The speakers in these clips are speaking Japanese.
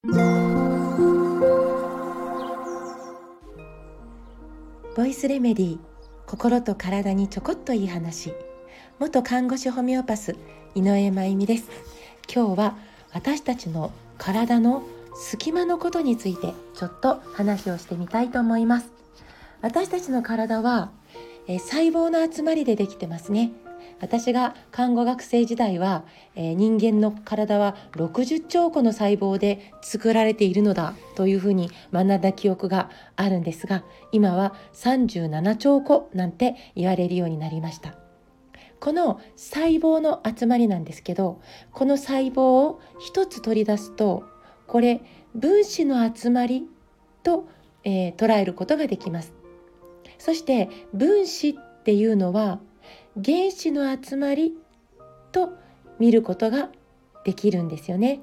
ボイスレメディー、心と体にちょこっといい話。元看護師ホメオパス井上真由美です。今日は私たちの体の隙間のことについてちょっと話をしてみたいと思います。私たちの体は細胞の集まりでできてますね。私が看護学生時代は、人間の体は60兆個の細胞で作られているのだというふうに学んだ記憶があるんですが、今は37兆個なんて言われるようになりました。この細胞の集まりなんですけど、この細胞を一つ取り出すと、これ分子の集まりと、捉えることができます。そして分子っていうのは原子の集まりと見ることができるんですよね。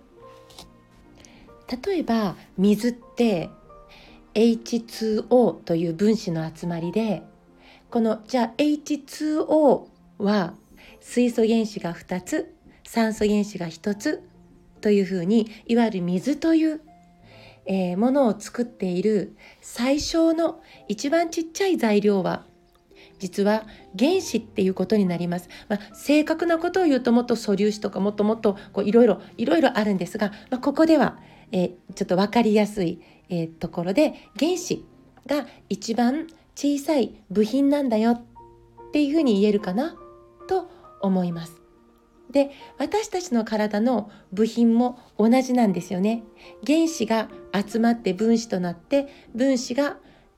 例えば水って H2O という分子の集まりで、じゃあ H2O は水素原子が2つ、酸素原子が1つというふうに、いわゆる水というものを作っている最小の一番ちっちゃい材料は実は原子っていうことになります。正確なことを言うともっと素粒子とかもっといろいろあるんですが、ここでは、ちょっと分かりやすい、ところで原子が一番小さい部品なんだよっていうふうに言えるかなと思います。で、私たちの体の部品も同じなんですよね。原子が集まって分子となって、分子が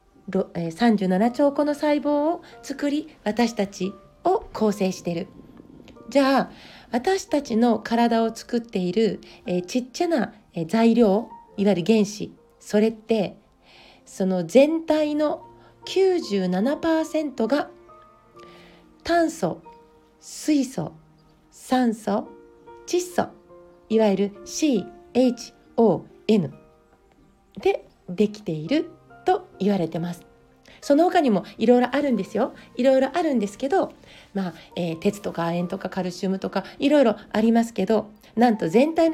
37兆個の細胞を作り、私たちを構成している。じゃあ私たちの体を作っている、ちっちゃな、材料、いわゆる原子、それってその全体の 97% が炭素、水素、酸素、窒素、いわゆる CHON でできていると言われてます。その他にもいろいろあるんですよ。いろいろあるんですけど、鉄とか亜鉛とかカルシウムとかいろいろありますけど、なんと全体の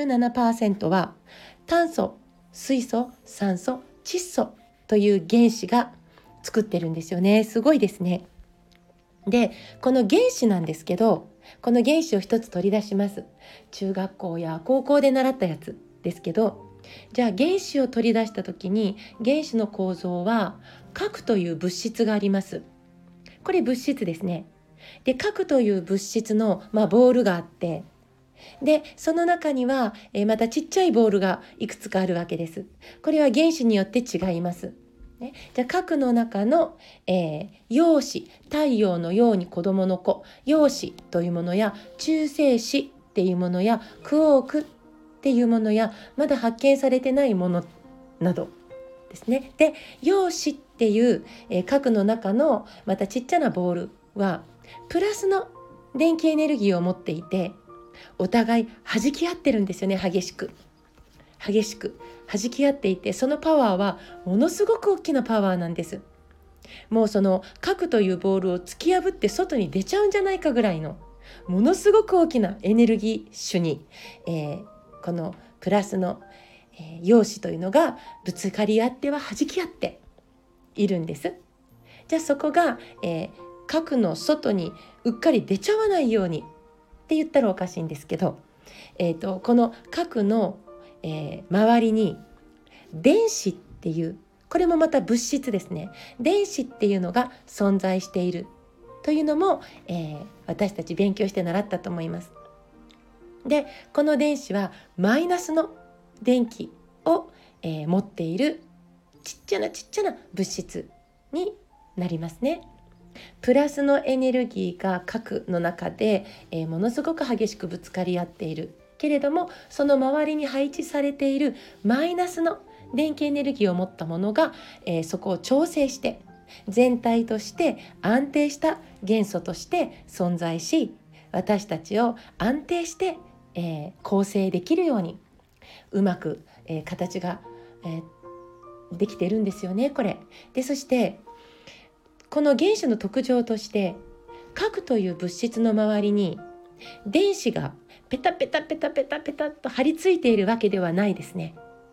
97% は炭素、水素、酸素、窒素という原子が作ってるんですよね。すごいですね。で、この原子なんですけど、この原子を一つ取り出します。中学校や高校で習ったやつですけど、じゃあ原子を取り出した時に、原子の構造は核という物質があります。これ物質ですね。で、核という物質の、ボールがあって、でその中には、またちっちゃいボールがいくつかあるわけです。これは原子によって違います。じゃあ核の中の、陽子、太陽のように子供の子、陽子というものや中性子っていうものやクォークっていうものや、まだ発見されてないものなどですね。で、陽子っていう、核の中のまたちっちゃなボールはプラスの電気エネルギーを持っていて、お互い弾き合ってるんですよね。激しく弾き合っていて、そのパワーはものすごく大きなパワーなんです。もうその核というボールを突き破って外に出ちゃうんじゃないかぐらいのものすごく大きなエネルギー種に、このプラスの、陽子というのがぶつかり合っては弾き合っているんです。じゃあそこが、核の外にうっかり出ちゃわないようにって言ったらおかしいんですけど、この核の、周りに電子っていう、これもまた物質ですね。電子っていうのが存在しているというのも、私たち勉強して習ったと思います。で、この電子はマイナスの電気を、持っているちっちゃな物質になりますね。プラスのエネルギーが核の中で、ものすごく激しくぶつかり合っているけれども、その周りに配置されているマイナスの電気エネルギーを持ったものが、そこを調整して全体として安定した元素として存在し、私たちを安定して、構成できるようにうまく、形が、できてるんですよね、これ。で、そしてこの原子の特徴として、核という物質の周りに電子がペタペタと張り付いているわけではないですね。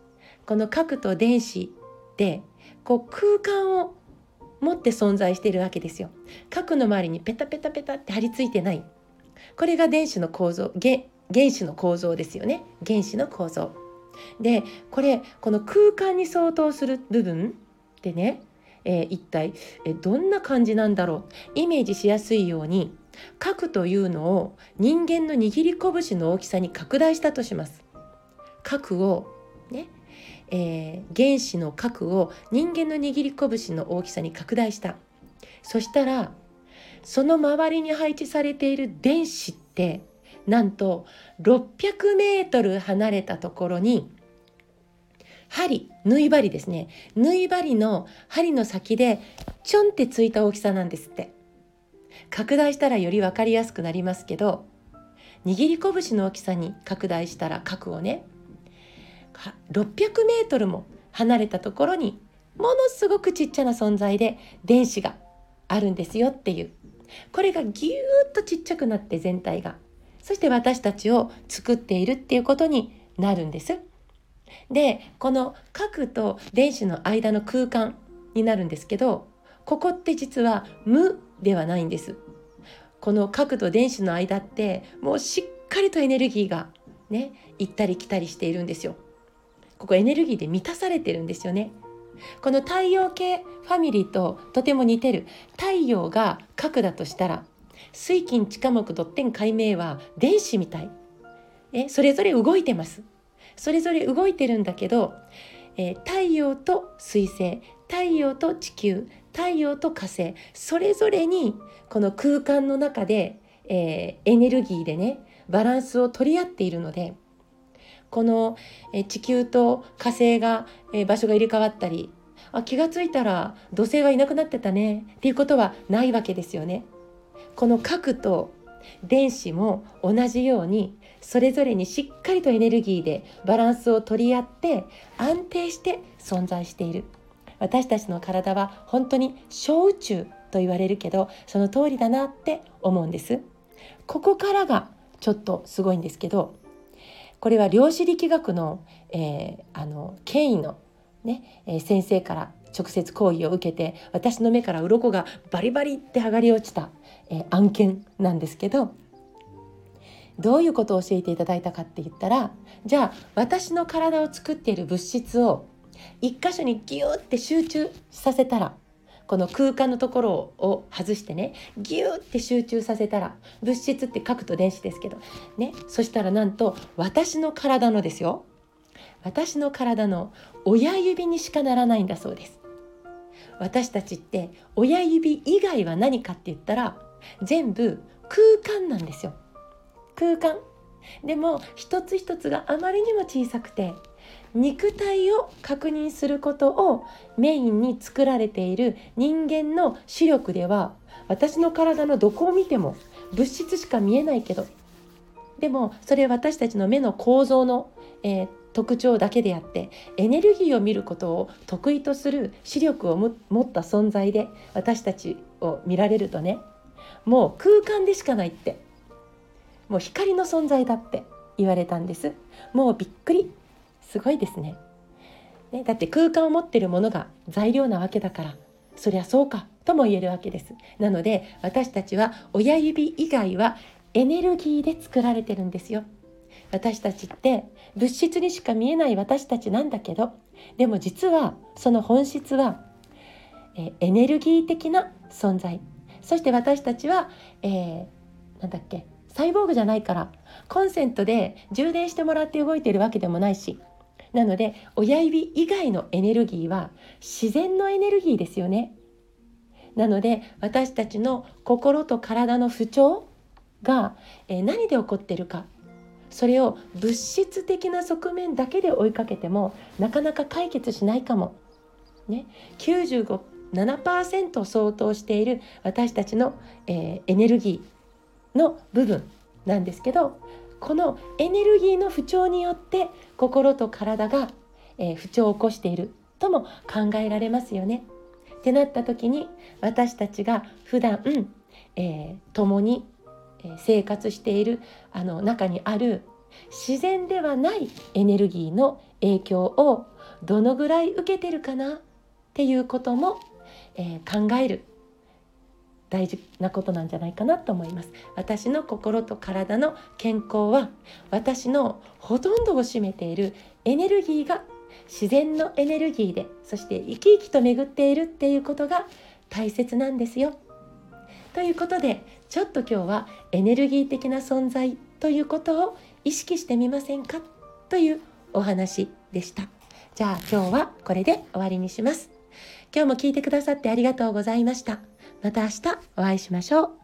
この核と電子ってこう空間を持って存在しているわけですよ。核の周りにペタペタペタって張り付いてない。これが電子の構造、原子の構造ですよね。原子の構造で、この空間に相当する部分ってね、一体どんな感じなんだろう。イメージしやすいように、核というのを人間の握り拳の大きさに拡大したとします。核をね、原子の核を人間の握り拳の大きさに拡大した。そしたらその周りに配置されている電子ってなんと600メートル離れたところに縫い針ですね。縫い針の針の先でちょんってついた大きさなんですって。拡大したらより分かりやすくなりますけど、握り拳の大きさに拡大したら核をね、600メートルも離れたところにものすごくちっちゃな存在で電子があるんですよっていう。これがぎゅーっとちっちゃくなって全体が、そして私たちを作っているっていうことになるんです。で、この核と電子の間の空間になるんですけど、ここって実は無ではないんです。この核と電子の間ってもうしっかりとエネルギーがね、行ったり来たりしているんですよ。ここエネルギーで満たされてるんですよね。この太陽系ファミリーととても似てる。太陽が核だとしたら、水金地火木土天海冥は電子みたい。それぞれ動いてます。それぞれ動いてるんだけど、太陽と水星、太陽と地球、太陽と火星、それぞれにこの空間の中で、エネルギーでね、バランスを取り合っているので、この地球と火星が場所が入れ替わったり、気がついたら土星がいなくなってたねっていうことはないわけですよね。この核と電子も同じように、それぞれにしっかりとエネルギーでバランスを取り合って安定して存在している。私たちの体は本当に小宇宙と言われるけど、その通りだなって思うんです。ここからがちょっとすごいんですけど、これは量子力学の、権威の、先生から直接講義を受けて、私の目から鱗がバリバリって剥がれ落ちた、案件なんですけど、どういうことを教えていただいたかって言ったら、じゃあ私の体を作っている物質を一箇所にギューって集中させたら、この空間のところを外してね、ギューって集中させたら、物質って核と電子ですけどね、そしたらなんと私の体のですよ、私の体の親指にしかならないんだそうです。私たちって親指以外は何かって言ったら全部空間なんですよ。空間でも一つ一つがあまりにも小さくて、肉体を確認することをメインに作られている人間の視力では、私の体のどこを見ても物質しか見えないけど、でもそれは私たちの目の構造の、特徴だけであって、エネルギーを見ることを得意とする視力を持った存在で私たちを見られるとね、もう空間でしかないって、もう光の存在だって言われたんです。もうびっくり、すごいですね。だって空間を持っているものが材料なわけだから、そりゃそうかとも言えるわけです。なので私たちは親指以外はエネルギーで作られてるんですよ。私たちって物質にしか見えない私たちなんだけど、でも実はその本質はエネルギー的な存在。そして私たちは、サイボーグじゃないから、コンセントで充電してもらって動いているわけでもないし、なので親指以外のエネルギーは自然のエネルギーですよね。なので私たちの心と体の不調が何で起こっているか、それを物質的な側面だけで追いかけてもなかなか解決しないかも、97% 相当している私たちの、エネルギーの部分なんですけど、このエネルギーの不調によって心と体が、不調を起こしているとも考えられますよね。ってなった時に、私たちが普段、共に生活している中にある自然ではないエネルギーの影響をどのぐらい受けてるかなっていうことも、考える大事なことなんじゃないかなと思います。私の心と体の健康は私のほとんどを占めているエネルギーが自然のエネルギーで、そして生き生きと巡っているっていうことが大切なんですよ。ということで、ちょっと今日はエネルギー的な存在ということを意識してみませんかというお話でした。じゃあ今日はこれで終わりにします。今日も聞いてくださってありがとうございました。また明日お会いしましょう。